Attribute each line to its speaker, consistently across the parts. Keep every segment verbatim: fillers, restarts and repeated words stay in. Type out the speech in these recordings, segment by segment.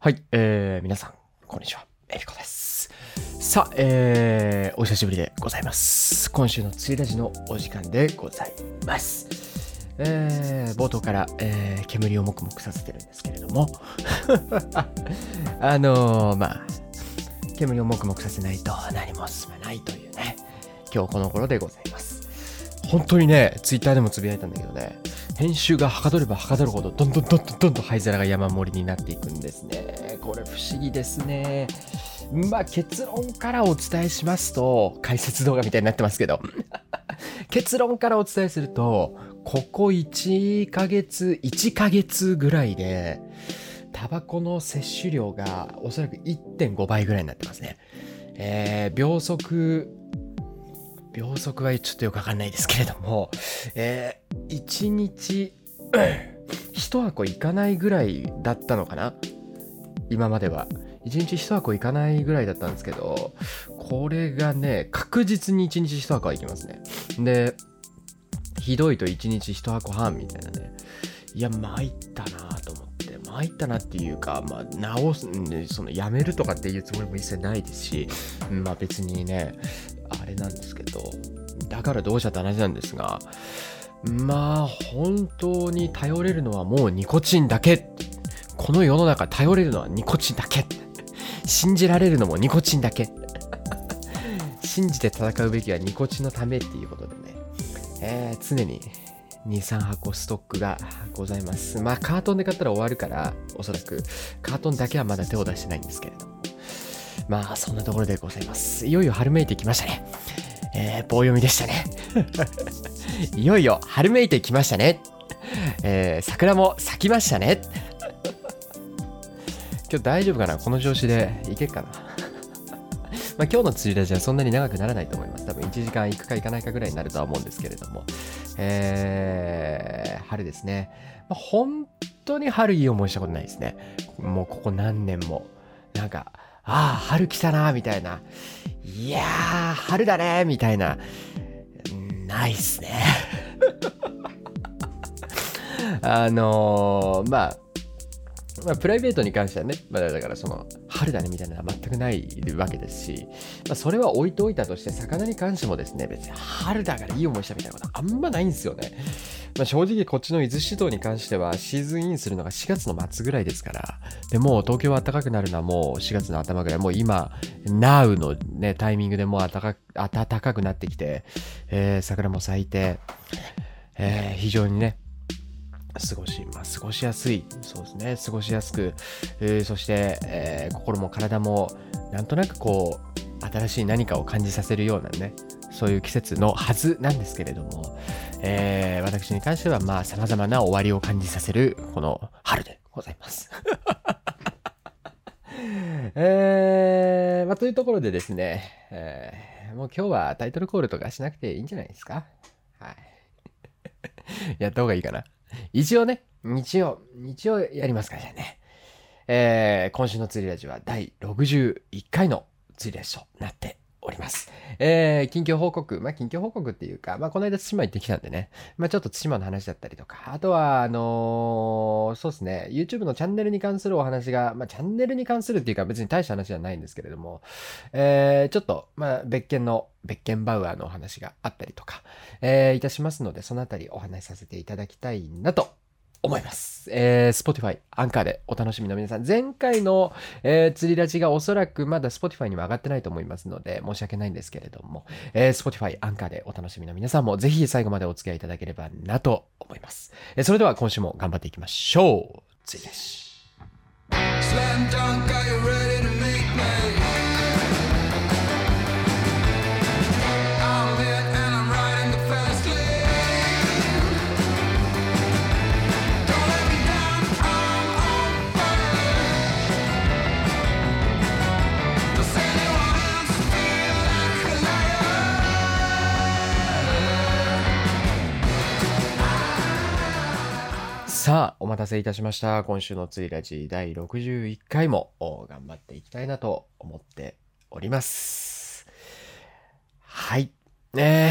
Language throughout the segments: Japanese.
Speaker 1: はい、えー、皆さん、こんにちは。えりこです。さあ、えー、お久しぶりでございます。今週の釣りラジのお時間でございます。えー、冒頭から、えー、煙をもくもくさせてるんですけれども、あのー、まあ、煙をもくもくさせないと何も進まないというね、今日この頃でございます。本当にね、ツイッターでもつぶやいたんだけどね、編集がはかどればはかどるほどどんどんどんどんどんどん灰皿が山盛りになっていくんですね。これ不思議ですね。まあ結論からお伝えしますと、解説動画みたいになってますけど結論からお伝えすると、ここいっかげついちかげつぐらいでタバコの摂取量がおそらく いってんご 倍ぐらいになってますね。えー、秒速秒速はちょっとよくわかんないですけれども、えー、いちにちいち箱いかないぐらいだったのかな、今まではいちにちいち箱いかないぐらいだったんですけど、これがね確実にいちにちいち箱はいきますね。でひどいといちにちいち箱半みたいなね。いや参ったなと思って、参ったなっていうか、まあ直すんで、そのやめるとかっていうつもりも一切ないですし、まあ別にねあれなんですけど、だからどうしたって話なんですが、まあ本当に頼れるのはもうニコチンだけ。この世の中頼れるのはニコチンだけ。信じられるのもニコチンだけ。信じて戦うべきはニコチンのためっていうことでね、えー、常ににさん箱ストックがございます。まあカートンで買ったら終わるから、おそらくカートンだけはまだ手を出してないんですけれども、まあそんなところでございます。いよいよ春めいてきましたね。えー、棒読みでしたね。いよいよ春めいてきましたね。えー、桜も咲きましたね。今日大丈夫かな、この調子でいけっかな。まあ今日の釣りラジはそんなに長くならないと思います。多分いちじかんいくかいかないかぐらいになるとは思うんですけれども、えー、春ですね。まあ、本当に春いい思いしたことないですね。もうここ何年もなんか、ああ春来たなみたいな、いやー春だねみたいな、ないっすね。あのー、まあまあ、プライベートに関してはね、まあ、だからその春だねみたいなのは全くないわけですし、まあ、それは置いておいたとして、魚に関してもですね、別に春だからいい思いしたみたいなことあんまないんですよね。まあ、正直こっちの伊豆諸島に関してはシーズンインするのがしがつの末ぐらいですから、でもう東京は暖かくなるのはもうしがつの頭ぐらい、もう今 Now のねタイミングでもう暖か暖かくなってきて、えー、桜も咲いて、えー、非常にね過ごし、まあ、過ごしやすい、そうですね、過ごしやすく、えー、そして、えー、心も体もなんとなくこう新しい何かを感じさせるようなね、そういう季節のはずなんですけれども、えー、私に関してはまあ様々な終わりを感じさせるこの春でございます。えー、まあというところでですね、えー、もう今日はタイトルコールとかしなくていいんじゃないですか。はい。やった方がいいかな。一応ね、日曜、日曜やりますからね。えー、今週の釣りラジはだいろくじゅういっかいの釣りラジとなっております。えー、近況報告、まあ近況報告っていうか、まあこの間対馬行ってきたんでね、まあちょっと対馬の話だったりとか、あとは、あのー、そうですね、YouTube のチャンネルに関するお話が、まあチャンネルに関するっていうか別に大した話じゃないんですけれども、えー、ちょっと、まあ別件の、別件バウアーのお話があったりとか、えー、いたしますので、そのあたりお話しさせていただきたいなと思います。えー、Spotify、アンカーでお楽しみの皆さん、前回の、えー、釣りラジがおそらくまだ Spotify にも上がってないと思いますので、申し訳ないんですけれども、えー、Spotify、アンカーでお楽しみの皆さんもぜひ最後までお付き合いいただければなと思います。えー、それでは今週も頑張っていきましょう。釣りラジ。Slam dunk, are you ready to make me?さあ、お待たせいたしました。今週の釣りラジだいろくじゅういっかいも頑張っていきたいなと思っております。はい。え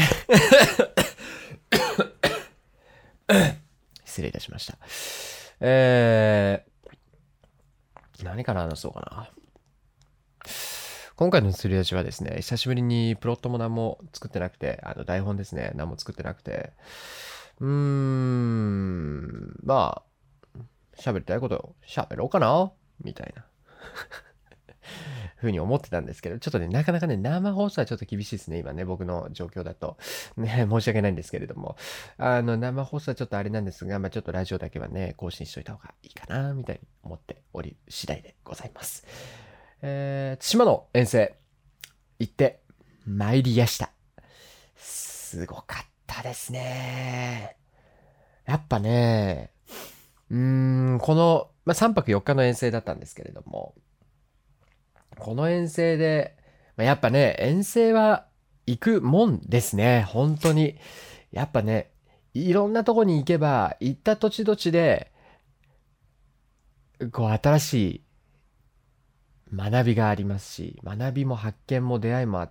Speaker 1: ー、失礼いたしました。えー、 何から話そうかな。今回の釣り出しはですね、久しぶりにプロットも何も作ってなくて、あの台本ですね、何も作ってなくて、うーん、まあ、喋りたいことを喋ろうかなみたいなふうに思ってたんですけど、ちょっとね、なかなかね、生放送はちょっと厳しいですね、今ね、僕の状況だと。ね、申し訳ないんですけれども、あの、生放送はちょっとあれなんですが、まあちょっとラジオだけはね、更新しといた方がいいかな、みたいに思っており次第でございます。えー、対馬の遠征、行って参りやした。すごかったですね。やっぱね、うーん、この、まあ、さんぱくよっかの遠征だったんですけれども、この遠征で、まあ、やっぱね、遠征は行くもんですね。本当に。やっぱね、いろんなとこに行けば、行った土地土地で、こう、新しい学びがありますし、学びも発見も出会いもあって、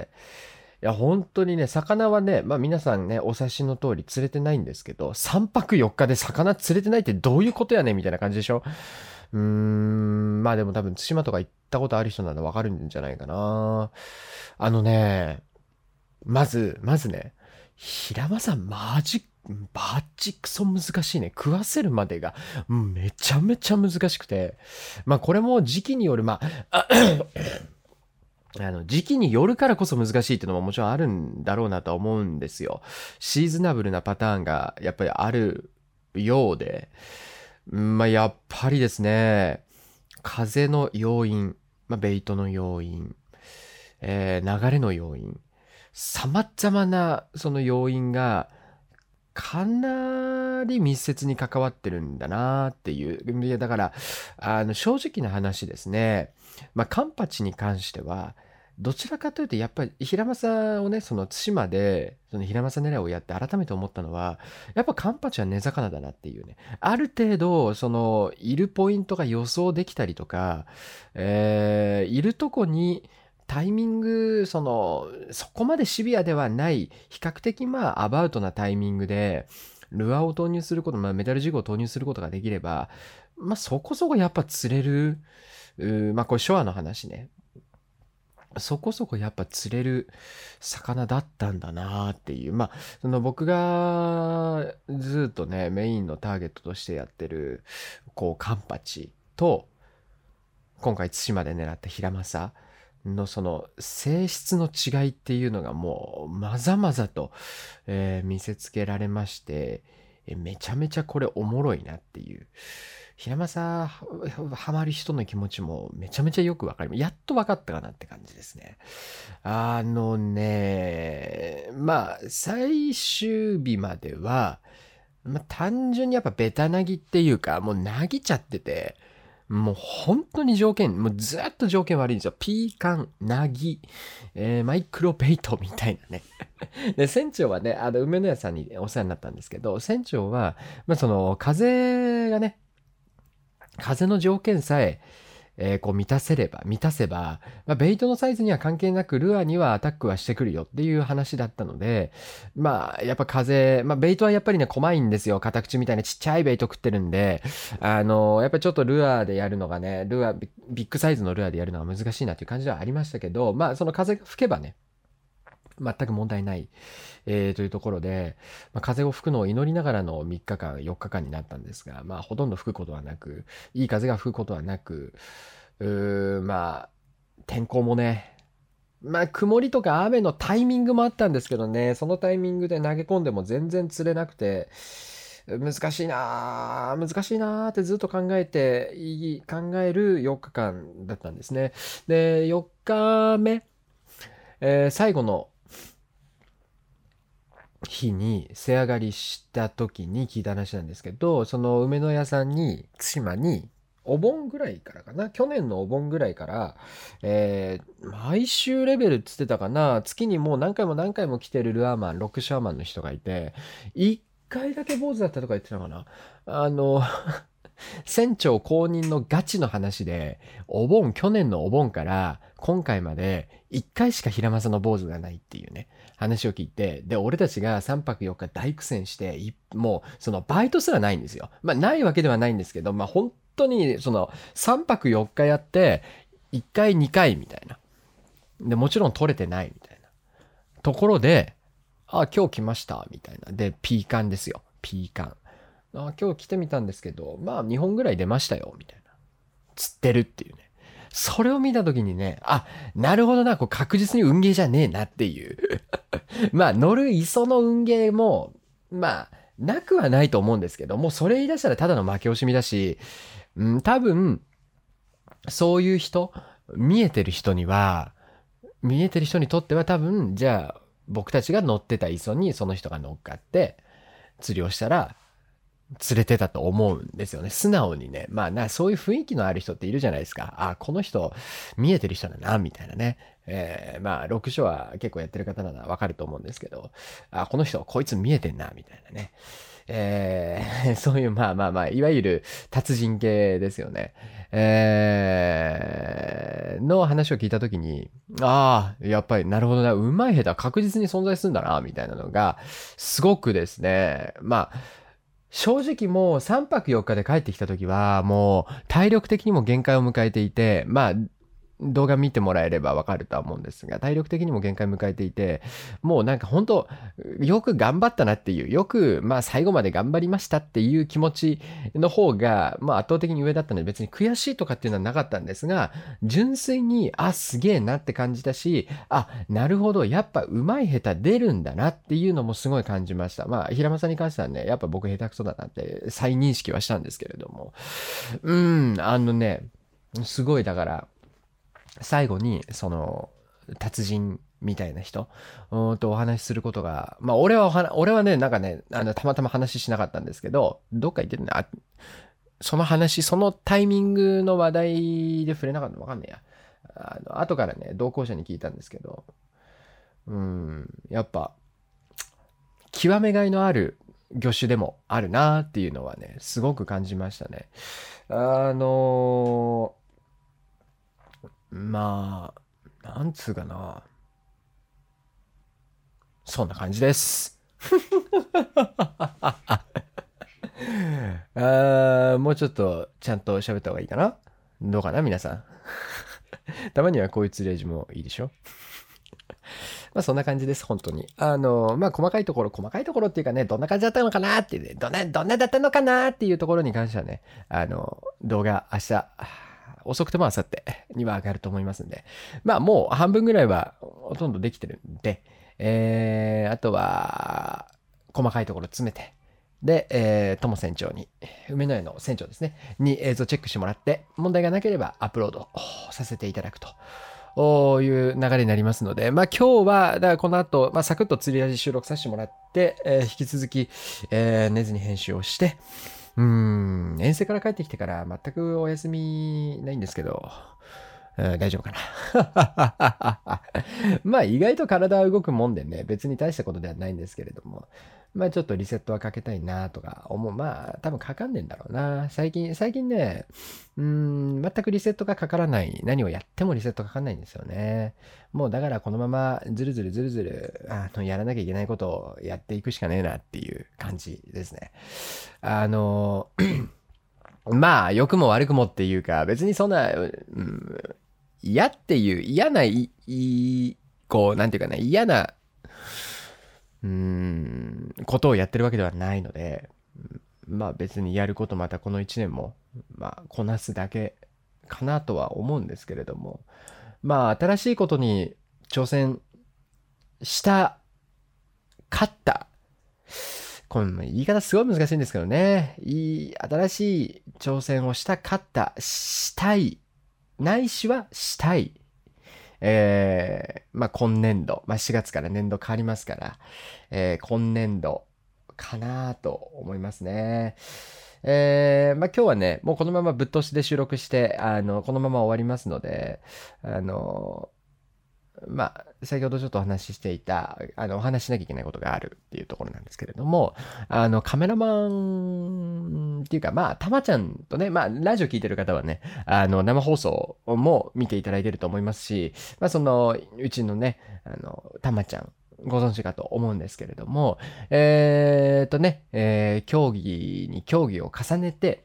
Speaker 1: いや、本当にね、魚はね、まあ皆さんね、お察しの通り釣れてないんですけど、さんぱくよっかで魚釣れてないってどういうことやねんみたいな感じでしょ。うーん、まあでも多分対馬とか行ったことある人ならわかるんじゃないかな。あのね、まず、まずね、平間さんマジ、バチクソ難しいね。食わせるまでがうんめちゃめちゃ難しくて。まあこれも時期による、まあ、ああの、時期によるからこそ難しいっていうのももちろんあるんだろうなとは思うんですよ。シーズナブルなパターンがやっぱりあるようで、うんまあ、やっぱりですね、風の要因、まあ、ベイトの要因、えー流れの要因、様々なその要因がかなり密接に関わってるんだなっていう。いや、だから、あの、正直な話ですね。まあ、カンパチに関しては、どちらかというと、やっぱり、平正をね、その対馬で、その平正狙いをやって改めて思ったのは、やっぱカンパチは根魚だなっていうね。ある程度、その、いるポイントが予想できたりとか、えーいるとこに、タイミング、その、そこまでシビアではない、比較的まあ、アバウトなタイミングで、ルアーを投入すること、まあ、メタルジグを投入することができれば、まあ、そこそこやっぱ釣れる、うーまあ、これ、ショアの話ね。そこそこやっぱ釣れる魚だったんだなーっていう。まあ、その僕がずっとね、メインのターゲットとしてやってる、こう、カンパチと、今回対馬で狙ったヒラマサのその性質の違いっていうのがもうまざまざと、えー見せつけられまして、えめちゃめちゃこれおもろいなっていう。平間さはハマる人の気持ちもめちゃめちゃよくわかります。やっとわかったかなって感じですね。あのね、まあ、最終日までは、まあ、単純にやっぱベタなぎっていうか、もうなぎちゃってて、もう本当に条件、もうずっと条件悪いんですよ。ピーカン、ナギ、えーマイクロベイトみたいなね。で、船長はね、あの、梅の屋さんにお世話になったんですけど、船長は、まあ、その、風がね、風の条件さえ、えーこう満たせれば、満たせば、まあ、ベイトのサイズには関係なく、ルアーにはアタックはしてくるよっていう話だったので、まあ、やっぱ風、まあ、ベイトはやっぱりね、細いんですよ。カタクチみたいなちっちゃいベイト食ってるんで、あの、やっぱりちょっとルアーでやるのがね、ルアー、ビビッグサイズのルアーでやるのが難しいなっていう感じではありましたけど、まあ、その風が吹けばね、全く問題ない、えーというところで、まあ、風を吹くのを祈りながらのみっかかん、よっかかんになったんですが、まあ、ほとんど吹くことはなく、いい風が吹くことはなく、うーまあ、天候もね、まあ、曇りとか雨のタイミングもあったんですけどね、そのタイミングで投げ込んでも全然釣れなくて、難しいなぁ、難しいなぁってずっと考えて、いい考えるよっかかんだったんですね。で、よっかめ、えー最後の日に背上がりした時に聞いた話なんですけど、その梅の屋さんに、対馬に、お盆ぐらいからかな去年のお盆ぐらいから、えー毎週レベルっつってたかな月にもう何回も何回も来てるルアーマン、ロックシャーマンの人がいて、一回だけ坊主だったとか言ってたかなあの、 船長公認のガチの話で、お盆、去年のお盆から今回までいっかいしか平正の坊主がないっていうね、話を聞いて、で、俺たちがさんぱくよっか大苦戦して、いもう、そのバイトすらないんですよ。まあ、ないわけではないんですけど、まあ、本当に、その、さんぱくよっかやって、いっかいにかいみたいな。で、もちろん取れてないみたいな。ところで、あ、今日来ました、みたいな。で、ピーカンですよ。ピーカン。あ、今日来てみたんですけど、まあにほんぐらい出ましたよ、みたいな。釣ってるっていうね。それを見たときにね、あ、なるほどな、こう確実に運ゲーじゃねえなっていう。まあ乗る磯の運ゲーも、まあ、なくはないと思うんですけど、もうそれ言い出したらただの負け惜しみだし、うん、多分、そういう人、見えてる人には、見えてる人にとっては多分、じゃあ、僕たちが乗ってた磯にその人が乗っかって、釣りをしたら、連れてたと思うんですよね。素直にね。まあな、そういう雰囲気のある人っているじゃないですか。あ、この人、見えてる人だな、みたいなね。えー、まあ、ろく書は結構やってる方ならわかると思うんですけど、あ、この人、こいつ見えてんな、みたいなね。えー、そういう、まあまあまあ、いわゆる達人系ですよね。えー、の話を聞いたときに、ああ、やっぱりなるほどな、うまい下手は確実に存在するんだな、みたいなのが、すごくですね、まあ、正直もうさんぱくよっかで帰ってきた時はもう体力的にも限界を迎えていて、まあ動画見てもらえればわかるとは思うんですが、体力的にも限界を迎えていて、もうなんか本当よく頑張ったなっていう、よくまあ最後まで頑張りましたっていう気持ちの方がまあ圧倒的に上だったので、別に悔しいとかっていうのはなかったんですが、純粋にあすげえなって感じたし、あ、なるほど、やっぱ上手い下手出るんだなっていうのもすごい感じました。まあ平間さんに関してはね、やっぱ僕下手くそだなって再認識はしたんですけれども、うん、あのね、すごいだから最後にその達人みたいな人うんとお話しすることが、まあ俺はおは俺はね、なんかね、あのたまたま話しなかったんですけど、どっか行ってるね。あ、その話、そのタイミングの話題で触れなかったのわかんねえや。あの後からね、同行者に聞いたんですけど、うん、やっぱ、極めがいのある魚種でもあるなっていうのはね、すごく感じましたね。あのーまあ、なんつうかな。そんな感じです。あーもうちょっとちゃんと喋った方がいいかな。どうかな皆さん。たまにはこういう釣れ味もいいでしょ。まあそんな感じです、本当に。あの、まあ細かいところ、細かいところっていうかね、どんな感じだったのかなっていうね、どんな、どんなだったのかなっていうところに関してはね、あの、動画明日、遅くても明後日には上がると思いますんで、まあもう半分ぐらいはほとんどできてるんで、えー、あとは、細かいところ詰めて、で、えー、とも船長に、梅の絵の船長ですね、に映像チェックしてもらって、問題がなければアップロードさせていただくと。いう流れになりますので、まあ今日は、だからこの後、まあサクッと釣り味収録させてもらって、えー引き続き、えー寝ずに編集をして、うーん、遠征から帰ってきてから全くお休みないんですけど、うん大丈夫かな。まあ意外と体は動くもんでね、別に大したことではないんですけれども、まあちょっとリセットはかけたいなとか思う。まあ多分かかんねえんだろうな。最近、最近ね、うーん、全くリセットがかからない。何をやってもリセットかかんないんですよね。もうだからこのままずるずるずるずる、あの、やらなきゃいけないことをやっていくしかねえなっていう感じですね。あの、まあ、良くも悪くもっていうか、別にそんな、うん、嫌っていう、嫌な、い、いこう、なんていうかな、嫌な、うーん、ことをやってるわけではないので、まあ別にやることまたこのいちねんも、まあこなすだけかなとは思うんですけれども、まあ新しいことに挑戦した、勝った、この言い方すごい難しいんですけどね、いい、新しい挑戦をした、勝った、したい、ないしはしたい。えー、まあ今年度、まあしがつから年度変わりますから、えー今年度かなと思いますね。えー、まあ今日はね、もうこのままぶっ通しで収録して、あの、このまま終わりますので、あの、 まあ、先ほどちょっとお話ししていた、あの、お話ししなきゃいけないことがあるっていうところなんですけれども、あの、カメラマンっていうか、まあ、たまちゃんとね、まあ、ラジオ聞いてる方はね、あの、生放送も見ていただいてると思いますし、まあ、その、うちのね、あの、たまちゃん、ご存知かと思うんですけれども、えーっとね、えー競技に競技を重ねて、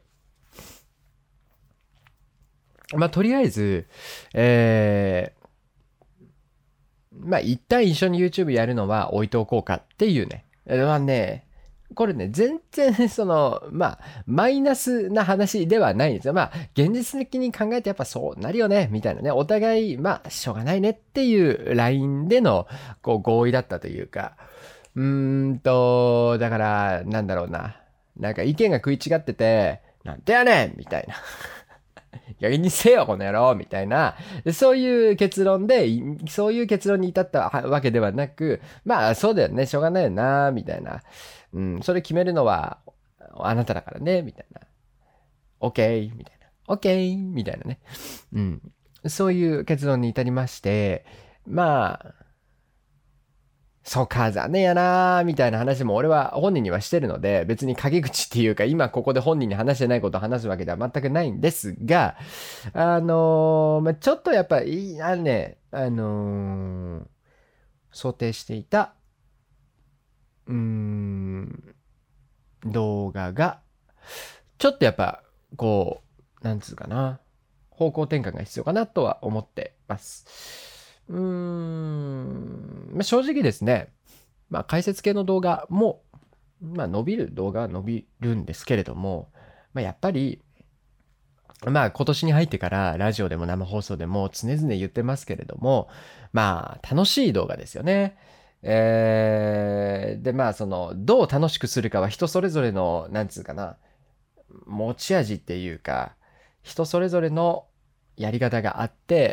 Speaker 1: まあ、とりあえず、えーまあ、一旦一緒に YouTube やるのは置いておこうかっていうね。まあね、これね、全然、その、まあ、マイナスな話ではないんですよ。まあ、現実的に考えてやっぱそうなるよね、みたいなね。お互い、まあ、しょうがないねっていうラインでの、こう、合意だったというか。うーんと、だから、なんだろうな。なんか意見が食い違ってて、なんでやねんみたいな。逆にせよ、この野郎みたいな、そういう結論で、そういう結論に至ったわけではなく、まあ、そうだよね、しょうがないよな、みたいな。うん、それ決めるのは、あなただからね、みたいな。OK、みたいな。OK、みたいなね。うん。そういう結論に至りまして、まあ、そうか、残念やなーみたいな話も俺は本人にはしてるので、別に陰口っていうか、今ここで本人に話してないことを話すわけでは全くないんですが、あのーまあ、ちょっとやっぱり、あのね、あのー想定していた、うーん、動画が、ちょっとやっぱ、こう、なんつうかな、方向転換が必要かなとは思ってます。うーん、まあ、正直ですね、まあ、解説系の動画も、まあ、伸びる動画は伸びるんですけれども、まあ、やっぱり、まあ、今年に入ってからラジオでも生放送でも常々言ってますけれども、まあ、楽しい動画ですよね。えー、で、まあ、その、どう楽しくするかは人それぞれの、なんつうかな、持ち味っていうか、人それぞれのやり方があって、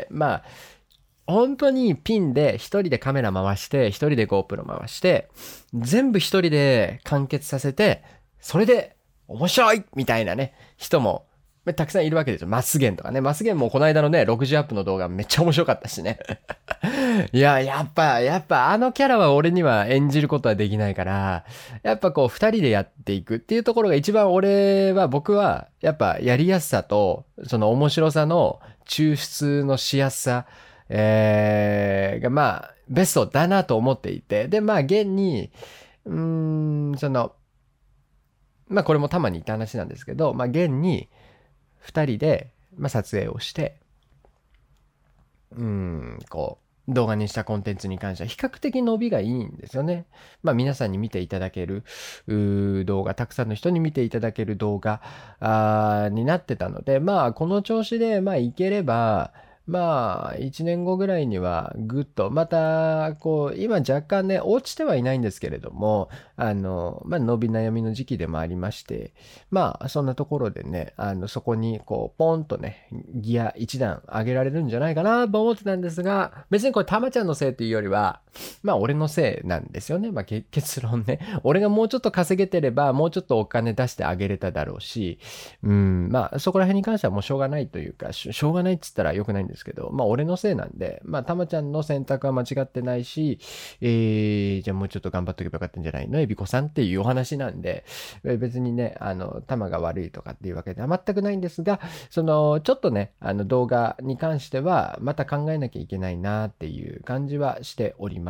Speaker 1: まあ、本当にピンで一人でカメラ回して、一人で GoPro 回して、全部一人で完結させて、それで面白いみたいなね、人もたくさんいるわけですよ。マスゲンとかね。マスゲンもこの間のね、ろくじアップの動画めっちゃ面白かったしね。いや、やっぱ、やっぱあのキャラは俺には演じることはできないから、やっぱこう二人でやっていくっていうところが一番俺は、僕は、やっぱやりやすさと、その面白さの抽出のしやすさ、えー、がまあ、ベストだなと思っていて、で、まあ、現に、うーん、その、まあこれもたまに言った話なんですけど、まあ現に二人で、まあ、撮影をして、うーん、こう、動画にしたコンテンツに関しては比較的伸びがいいんですよね。まあ皆さんに見ていただけるうー動画、たくさんの人に見ていただける動画あーになってたので、まあこの調子で、まあいければ、まあいちねんごぐらいにはぐっと、また、こう、今若干ね、落ちてはいないんですけれども、あの、まあ伸び悩みの時期でもありまして、まあそんなところでね、あの、そこにこう、ポンとね、ギア一段上げられるんじゃないかなと思ってたんですが、別にこれたまちゃんのせいっていうよりは、まあ俺のせいなんですよね。まあけ結論ね。俺がもうちょっと稼げてれば、もうちょっとお金出してあげれただろうし、うん、まあそこら辺に関してはもうしょうがないというか、ししょうがないって言ったら良くないんですけど、まあ俺のせいなんで、まあたまちゃんの選択は間違ってないし、えー、じゃあもうちょっと頑張っとけばよかったんじゃないのエビコさんっていうお話なんで、別にね、あの、たまが悪いとかっていうわけでは全くないんですが、その、ちょっとね、あの動画に関しては、また考えなきゃいけないなっていう感じはしております。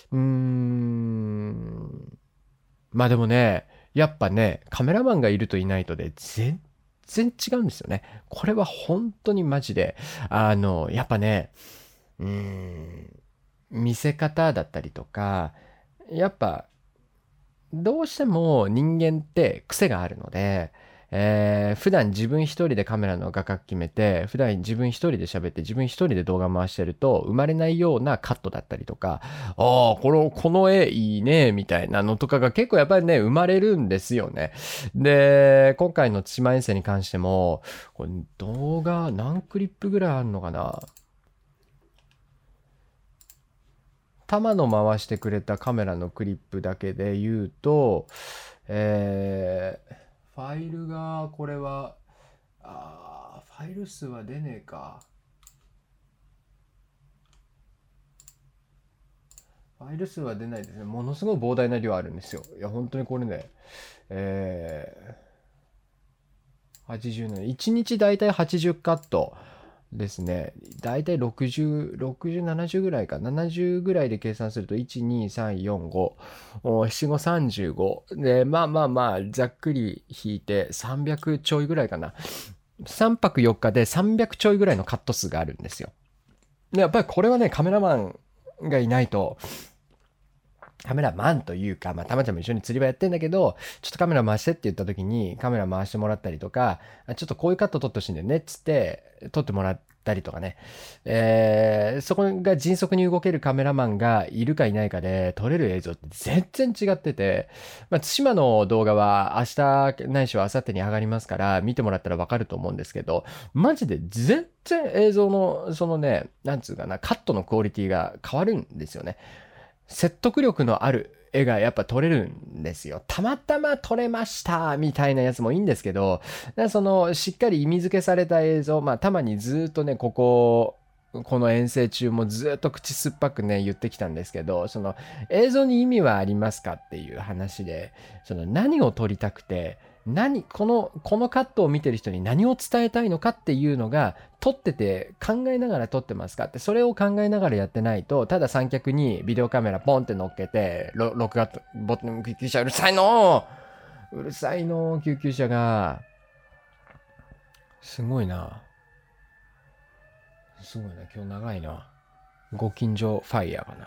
Speaker 1: うーん。まあでもね、やっぱね、カメラマンがいるといないとで、全然違うんですよね。これは本当にマジで、あの、やっぱね、うーん、見せ方だったりとか、やっぱどうしても人間って癖があるので、えー普段自分一人でカメラの画角決めて、普段自分一人で喋って自分一人で動画回してると生まれないようなカットだったりとか、ああ、この、この絵いいね、みたいなのとかが結構やっぱりね、生まれるんですよね。で、今回の対馬遠征に関しても、これ動画何クリップぐらいあるのかな。玉の回してくれたカメラのクリップだけで言うと、えー、ファイルが、これは、あーファイル数は出ねえか。 ファイル数は出ないですね。ものすごい膨大な量あるんですよ。いや、本当にこれね、えー、はちじゅうねん、いちにちだいたいはちじゅうカットですね。だいたいろくじゅう、ろくじゅう、ななじゅうぐらいか。ななじゅうぐらいで計算すると、いち、に、さん、よん、ご、なな、ご、さんじゅうご。で、まあまあまあ、ざっくり引いてさんびゃくちょいぐらいかな。さんぱくよっかでさんびゃくちょいぐらいのカット数があるんですよ。で、やっぱりこれはね、カメラマンがいないと、カメラマンというか、まあ、たまちゃんも一緒に釣り場やってんだけど、ちょっとカメラ回してって言った時に、カメラ回してもらったりとか、あちょっとこういうカット撮ってほしいんだよね、っつって、撮ってもらったりとかね。えー、そこが迅速に動けるカメラマンがいるかいないかで、撮れる映像って全然違ってて、まあ、対馬の動画は明日ないしは明後日に上がりますから、見てもらったらわかると思うんですけど、マジで全然映像の、そのね、なんつうかな、カットのクオリティが変わるんですよね。説得力のある絵がやっぱ撮れるんですよ。たまたま撮れましたみたいなやつもいいんですけど、そのしっかり意味付けされた映像、まあたまにずっとね、ここ、この遠征中もずっと口酸っぱくね、言ってきたんですけど、その映像に意味はありますかっていう話で、その何を撮りたくて、何、この、このカットを見てる人に何を伝えたいのかっていうのが、撮ってて考えながら撮ってますかって、それを考えながらやってないと、ただ三脚にビデオカメラポンって乗っけて、録画ボタン、救急車うるさいのうるさいの救急車が、すごいな。すごいな、今日長いな。ご近所ファイヤーかな。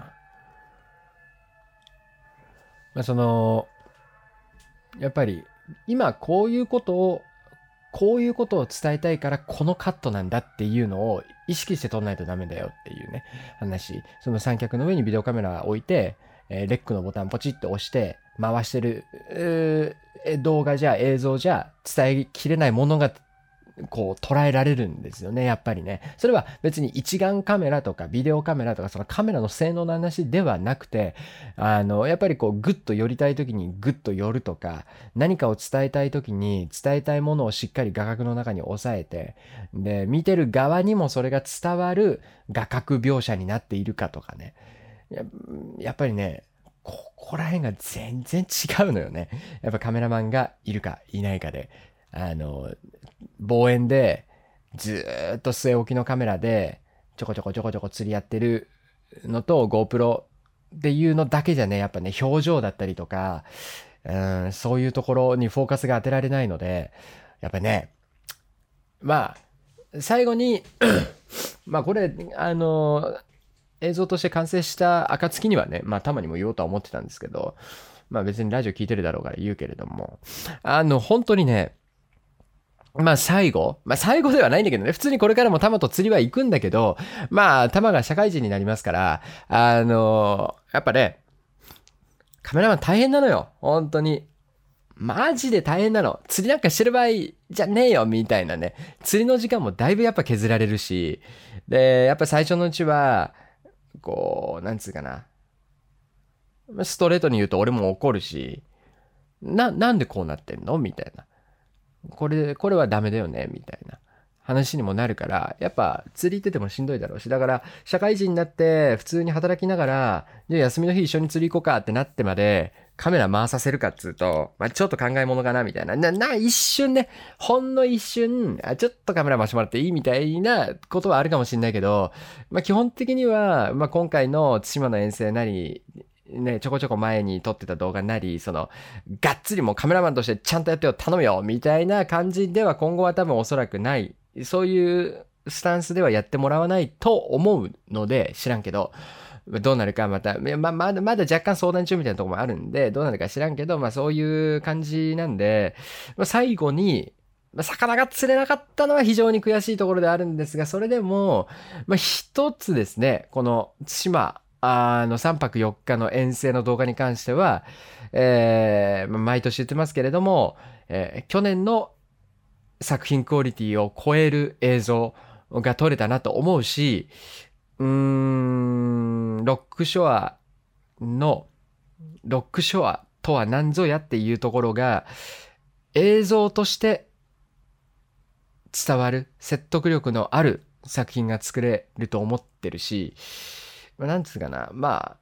Speaker 1: まあ、その、やっぱり、今こういうことをこういうことを伝えたいからこのカットなんだっていうのを意識して撮らないとダメだよっていうね話。その三脚の上にビデオカメラ置いて、えー、レックのボタンポチッと押して回してる、えー、動画じゃ映像じゃ伝えきれないものがこう捉えられるんですよね、やっぱりね。それは別に一眼カメラとかビデオカメラとかそのカメラの性能の話ではなくて、あの、やっぱりこうグッと寄りたい時にグッと寄るとか、何かを伝えたい時に伝えたいものをしっかり画角の中に抑えて、で、見てる側にもそれが伝わる画角描写になっているかとかね。や、やっぱりね、ここら辺が全然違うのよね。やっぱカメラマンがいるかいないかで。あの、望遠でずーっと据え置きのカメラでちょこちょこちょこちょこ釣りやってるのと GoPro っていうのだけじゃね、やっぱね、表情だったりとか、うん、そういうところにフォーカスが当てられないので、やっぱね、まあ、最後にまあこれ、あの、映像として完成した暁にはね、まあたまにも言おうとは思ってたんですけど、まあ別にラジオ聞いてるだろうから言うけれども、あの、本当にね、まあ最後、まあ最後ではないんだけどね、普通にこれからもタマと釣りは行くんだけど、まあタマが社会人になりますから、あのやっぱね、カメラマン大変なのよ、本当に。マジで大変なの。釣りなんかしてる場合じゃねえよ、みたいなね。釣りの時間もだいぶやっぱ削られるし、で、やっぱ最初のうちは、こう、なんつうかな。ストレートに言うと俺も怒るし、な、なんでこうなってんのみたいな。これ、これはダメだよねみたいな話にもなるから、やっぱ釣り行っててもしんどいだろうし、だから社会人になって普通に働きながら、じゃあ休みの日一緒に釣り行こうかってなってまで、カメラ回させるかっつうと、まあ、ちょっと考え物かなみたいな。な、な、一瞬ね、ほんの一瞬、あ、ちょっとカメラ回してもらっていいみたいなことはあるかもしんないけど、まあ、基本的には、まあ、今回の対馬の遠征なり、ね、ちょこちょこ前に撮ってた動画なり、その、がっつりもうカメラマンとしてちゃんとやってよ、頼むよ、みたいな感じでは今後は多分おそらくない。そういうスタンスではやってもらわないと思うので、知らんけど、どうなるかまた、ま、まだ、まだ若干相談中みたいなところもあるんで、どうなるか知らんけど、まあそういう感じなんで、まあ、最後に、まあ、魚が釣れなかったのは非常に悔しいところであるんですが、それでも、まあ一つですね、この対馬、あのさんぱくよっかの遠征の動画に関しては、えー、毎年言ってますけれども、えー去年の作品クオリティを超える映像が撮れたなと思うし、うーん、ロックショアの、ロックショアとは何ぞやっていうところが、映像として伝わる説得力のある作品が作れると思ってるし、まあなんつうかな、まあ、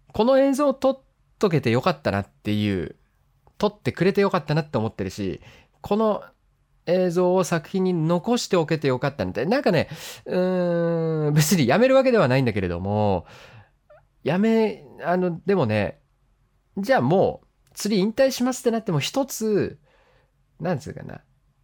Speaker 1: この映像を撮っとけてよかったなっていう、撮ってくれてよかったなって思ってるし、この映像を作品に残しておけてよかったみたいな。なんかね、うーん、別にやめるわけではないんだけれども、やめ、あの、でもね、じゃあもう、釣り引退しますってなっても一つ、なんつうかな、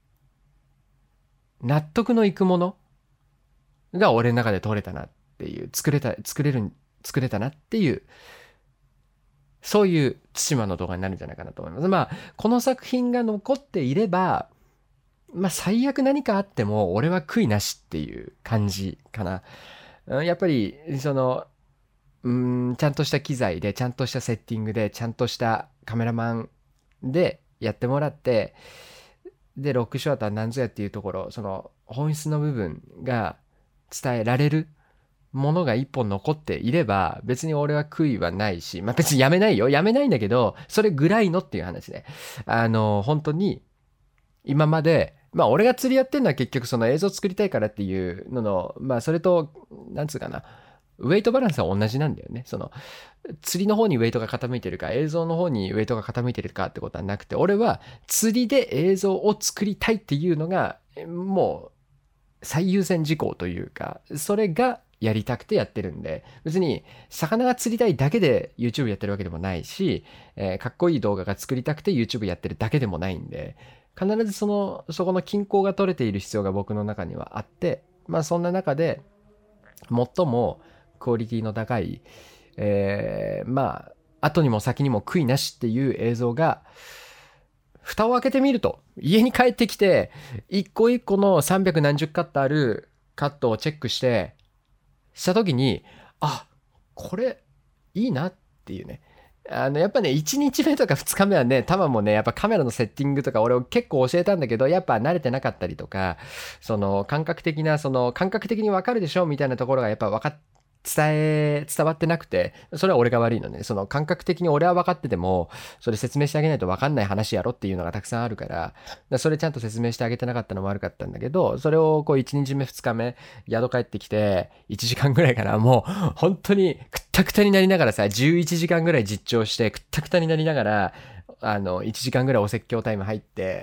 Speaker 1: 納得のいくものが俺の中で撮れたなっていう、作れた、作れる、作れたなっていう、そういう対馬の動画になるんじゃないかなと思います。まあ、この作品が残っていれば、まあ最悪何かあっても俺は悔いなしっていう感じかな。やっぱり、その、うーん、ちゃんとした機材で、ちゃんとしたセッティングで、ちゃんとしたカメラマンでやってもらって、で、ロックショーとは何ぞやっていうところ、その本質の部分が伝えられるものが一本残っていれば、別に俺は悔いはないし、まあ別にやめないよ。やめないんだけど、それぐらいのっていう話ね。あの、本当に、今まで、まあ俺が釣りやってるのは結局その映像作りたいからっていうのの、まあそれと、なんつうかな、ウェイトバランスは同じなんだよね。その、釣りの方にウェイトが傾いてるか、映像の方にウェイトが傾いてるかってことはなくて、俺は釣りで映像を作りたいっていうのが、もう最優先事項というか、それがやりたくてやってるんで、別に魚が釣りたいだけで YouTube やってるわけでもないし、えーかっこいい動画が作りたくて YouTube やってるだけでもないんで、必ずその、そこの均衡が取れている必要が僕の中にはあって、まあそんな中で、最もクオリティの高い、えー、まあ、後にも先にも悔いなしっていう映像が、蓋を開けてみると、家に帰ってきて、一個一個のさんびゃくなんじゅうカットあるカットをチェックして、した時に、あ、これ、いいなっていうね。あの、やっぱね、いちにちめとかふつかめはね、タマもね、やっぱカメラのセッティングとか俺結構教えたんだけど、やっぱ慣れてなかったりとか、その感覚的な、その感覚的にわかるでしょみたいなところがやっぱわかっ伝え、伝わってなくて、それは俺が悪いのね。その感覚的に俺は分かってても、それ説明してあげないと分かんない話やろっていうのがたくさんあるから、だからそれちゃんと説明してあげてなかったのも悪かったんだけど、それをこういちにちめふつかめ、宿帰ってきて、いちじかんぐらいかな、もう本当にくったくたになりながらさ、じゅういちじかんぐらい実況してくったくたになりながら、あの、いちじかんぐらいお説教タイム入って、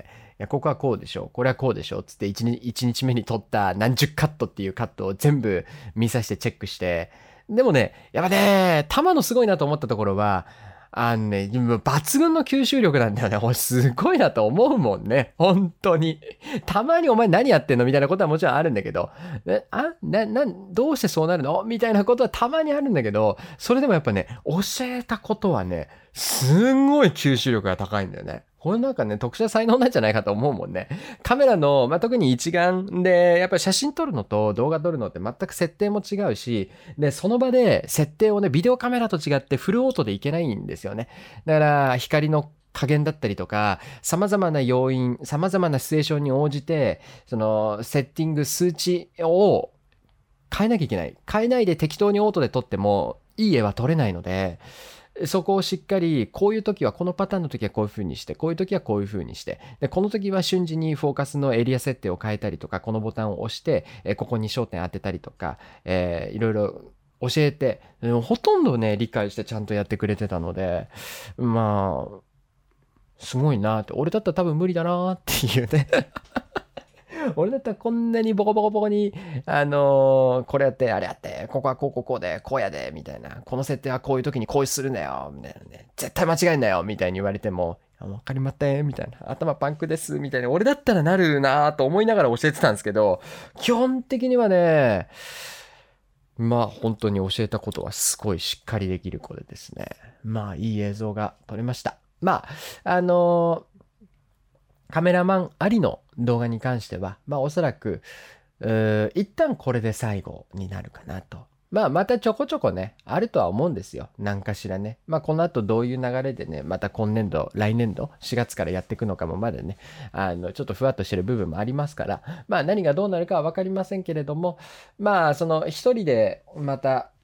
Speaker 1: いや、ここはこうでしょ。これはこうでしょ。つって1日、一日目に撮った何十カットっていうカットを全部見させてチェックして、でもね、やっぱね、玉のすごいなと思ったところは、あのね、抜群の吸収力なんだよね。俺すごいなと思うもんね。本当に。たまにお前何やってんのみたいなことはもちろんあるんだけど、えあな、な、どうしてそうなるのみたいなことはたまにあるんだけど、それでもやっぱね、教えたことはね、すんごい吸収力が高いんだよね。これなんかね、特殊な才能なんじゃないかと思うもんね。カメラの、まあ、特に一眼で、やっぱり写真撮るのと動画撮るのって全く設定も違うし、で、その場で設定をね、ビデオカメラと違ってフルオートでいけないんですよね。だから、光の加減だったりとか、様々な要因、様々なシチュエーションに応じて、その、セッティング、数値を変えなきゃいけない。変えないで適当にオートで撮っても、いい絵は撮れないので、そこをしっかり、こういう時はこのパターンの時はこういう風にして、こういう時はこういう風にして、で、この時は瞬時にフォーカスのエリア設定を変えたりとか、このボタンを押して、えここに焦点当てたりとか、えーいろいろ教えて、ほとんどね、理解してちゃんとやってくれてたので、まあ、すごいなって、俺だったら多分無理だなっていうね。俺だったらこんなにボコボコボコに、あのーこれやって、あれやって、ここはこうこうこうで、こうやで、みたいな。この設定はこういう時にこうするんだよ、みたいなね。絶対間違えんなよ、みたいに言われても、わかりません、みたいな。頭パンクです、みたいな。俺だったらなるなと思いながら教えてたんですけど、基本的にはね、まあ本当に教えたことはすごいしっかりできる子でですね。まあいい映像が撮れました。まあ、あのーカメラマンありの動画に関しては、まあおそらく、うー一旦これで最後になるかなと。まあまたちょこちょこね、あるとは思うんですよ。何かしらね。まあこの後どういう流れでね、また今年度、来年度、しがつからやっていくのかもまだね、あの、ちょっとふわっとしてる部分もありますから、まあ何がどうなるかはわかりませんけれども、まあその一人でまた、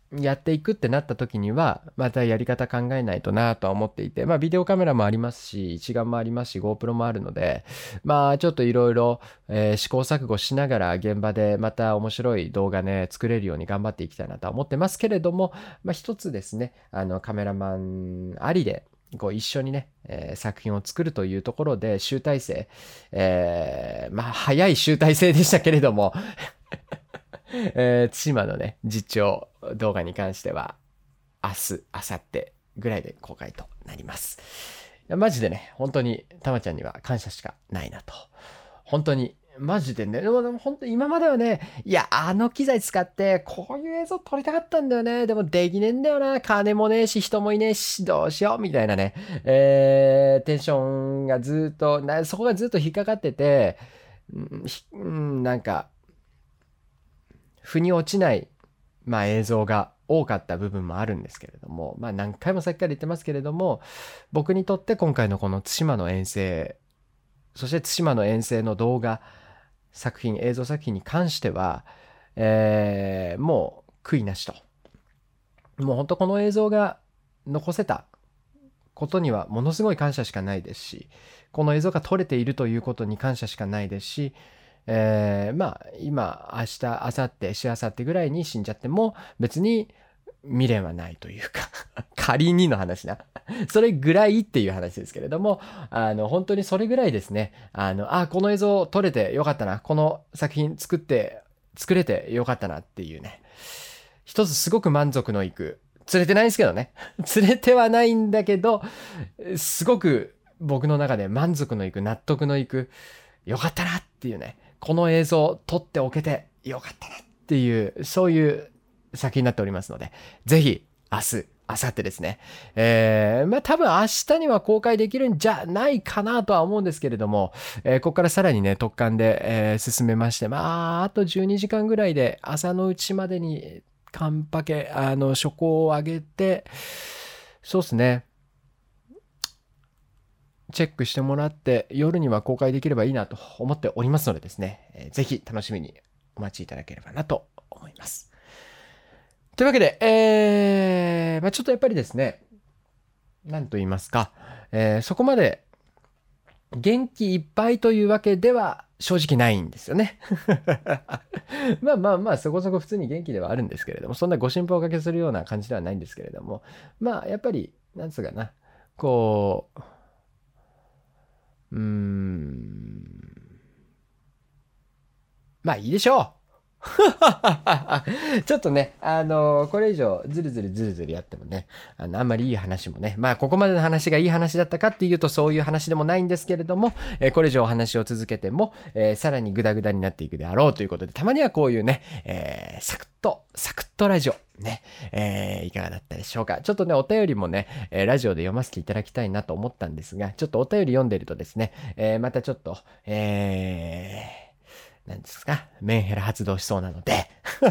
Speaker 1: やっていくってなった時には、またやり方考えないとなとは思っていて、まあビデオカメラもありますし、一眼もありますし、GoPro もあるので、まあちょっといろいろ試行錯誤しながら現場でまた面白い動画ね、作れるように頑張っていきたいなとは思ってますけれども、まあ一つですね、あのカメラマンありで、こう一緒にね、えー作品を作るというところで集大成、えーまあ早い集大成でしたけれども、えー、対馬のね、実況動画に関しては、明日、明後日ぐらいで公開となります。いやマジでね、本当にたまちゃんには感謝しかないなと。本当に、マジでね、でもでも本当に今まではね、いや、あの機材使ってこういう映像撮りたかったんだよね。でもできねえんだよな。金もねえし、人もいねえし、どうしようみたいなね、えー、テンションがずっと、なそこがずっと引っかかってて、うんひうんなんか、腑に落ちない、まあ、映像が多かった部分もあるんですけれども、まあ、何回もさっきから言ってますけれども、僕にとって今回のこの対馬の遠征、そして対馬の遠征の動画作品、映像作品に関しては、えーもう悔いなしと。もう本当この映像が残せたことにはものすごい感謝しかないですし、この映像が撮れているということに感謝しかないですし、えーまあ今明日明後日しあさってぐらいに死んじゃっても別に未練はないというか仮にの話なそれぐらいっていう話ですけれども、あの本当にそれぐらいですね、あのあこの映像撮れてよかったな、この作品作って作れてよかったなっていうね、一つすごく満足のいく、釣れてないんですけどね釣れてはないんだけど、すごく僕の中で満足のいく、納得のいく、よかったなっていうね、この映像撮っておけてよかったなっていう、そういう作品になっておりますので、ぜひ明日、明後日ですね。えー、まあ多分明日には公開できるんじゃないかなとは思うんですけれども、えー、ここからさらにね、特貫で、えー進めまして、まああとじゅうにじかんぐらいで朝のうちまでにカンパケ、あの、初稿を上げて、そうですね。チェックしてもらって夜には公開できればいいなと思っておりますのでですね、えーぜひ楽しみにお待ちいただければなと思います。というわけで、えーまあ、ちょっとやっぱりですね、なんと言いますか、えーそこまで元気いっぱいというわけでは正直ないんですよね。まあまあまあ、そこそこ普通に元気ではあるんですけれども、そんなご心配おかけするような感じではないんですけれども、まあやっぱり、なんつうかな、こう、うーん、まあいいでしょう。ちょっとね、あのーこれ以上ずるずるずるずるやってもね、あの、あんまりいい話もね、まあここまでの話がいい話だったかっていうとそういう話でもないんですけれども、えーこれ以上お話を続けても、えーさらにグダグダになっていくであろうということで、たまにはこういうね、えーサクッと、サクッとラジオ、ね、えーいかがだったでしょうか。ちょっとね、お便りもね、えーラジオで読ませていただきたいなと思ったんですが、ちょっとお便り読んでるとですね、えーまたちょっと、えーなんですか、メンヘラ発動しそうなので、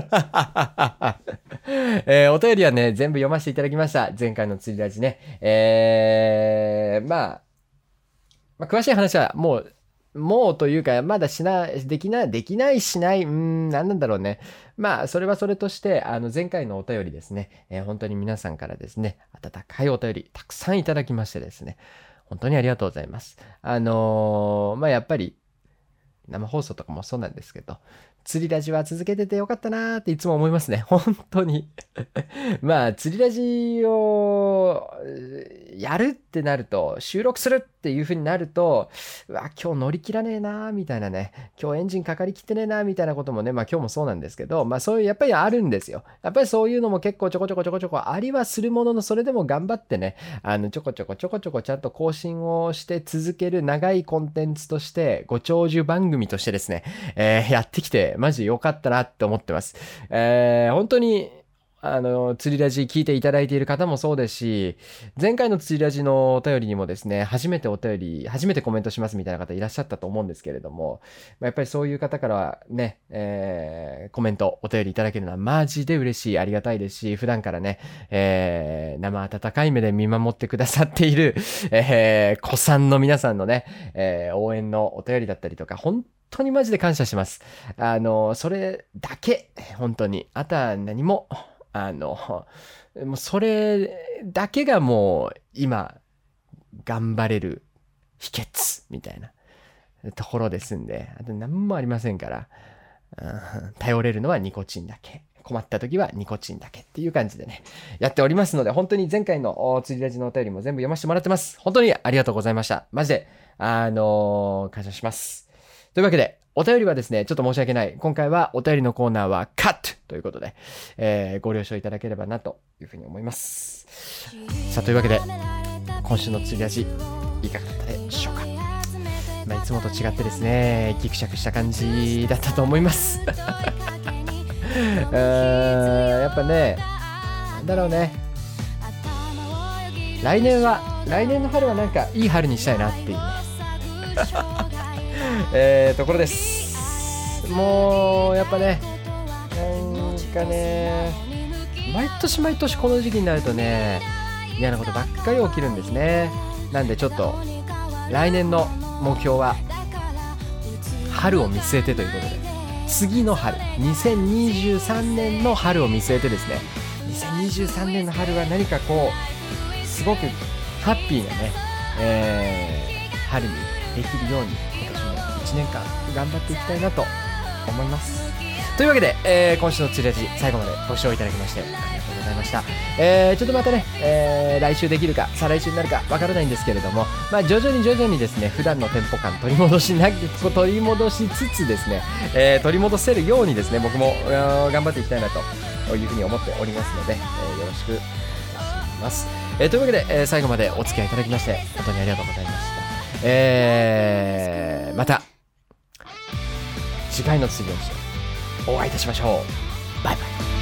Speaker 1: えーお便りはね、全部読ませていただきました。前回の釣りラジね。えー、まあ、まあ、詳しい話はもう、もうというか、まだしな、できない、できないしない、うーん、なんなんだろうね。まあ、それはそれとして、あの、前回のお便りですね、えー本当に皆さんからですね、温かいお便り、たくさんいただきましてですね、本当にありがとうございます。あのーまあ、やっぱり、生放送とかもそうなんですけど、釣りラジは続けててよかったなーっていつも思いますね。本当に。まあ、釣りラジをやるってなると、収録するっていう風になると、うわ、今日乗り切らねえなーみたいなね、今日エンジンかかりきってねえなーみたいなこともね、まあ今日もそうなんですけど、まあそういう、やっぱりあるんですよ。やっぱりそういうのも結構ちょこちょこちょこちょこありはするものの、それでも頑張ってね、あの、ちょこちょこちょこちょこちゃんと更新をして続ける長いコンテンツとして、ご長寿番組としてですね、えーやってきて、マジ良かったなって思ってます。えー本当に、あの、釣りラジ聞いていただいている方もそうですし、前回の釣りラジのお便りにもですね、初めてお便り、初めてコメントしますみたいな方いらっしゃったと思うんですけれども、まあやっぱりそういう方からはね、えーコメント、お便りいただけるのはマジで嬉しい、ありがたいですし、普段からね、えー生温かい目で見守ってくださっている、えー、子さんの皆さんのね、えー応援のお便りだったりとか、本当にマジで感謝します。あの、それだけ、本当に。あとは何もあの、もうそれだけがもう今、頑張れる秘訣みたいなところですんで、あと何もありませんから、うん、頼れるのはニコチンだけ。困った時はニコチンだけっていう感じでね、やっておりますので、本当に前回の釣りラジのお便りも全部読ませてもらってます。本当にありがとうございました。マジで、あのー、感謝します。というわけで、お便りはですね、ちょっと申し訳ない。今回はお便りのコーナーはカットということで、えー、ご了承いただければなというふうに思います。さあ、というわけで、今週の釣りラジ、いかがだったでしょうか。まあ、いつもと違ってですね、ギクシャクした感じだったと思います。やっぱね、なんだろうね。来年は、来年の春はなんかいい春にしたいなっていうね。えーところです。もう、やっぱね、なんかね、毎年毎年この時期になるとね、嫌なことばっかり起きるんですね。なんでちょっと、来年の目標は、春を見据えてということで、次の春、にせんにじゅうさんねんの春を見据えてですね、にせんにじゅうさんねんの春は何かこう、すごくハッピーなね、えー、春にできるように、今年もいちねんかん頑張っていきたいなと思います。というわけで、えー、今週の釣りラジ、最後までご視聴いただきまして、ありがとうございました。えー、ちょっとまたね、えー、来週できるか、再来週になるかわからないんですけれども、まあ、徐々に徐々にですね、普段のテンポ感取り戻しな、取り戻しつつですね、えー、取り戻せるようにですね、僕も頑張っていきたいなというふうに思っておりますので、えー、よろしくお願いします。えー、というわけで、えー、最後までお付き合いいただきまして、本当にありがとうございました。えー、また、次回の釣りをしてお会いいたしましょう。バイバイ。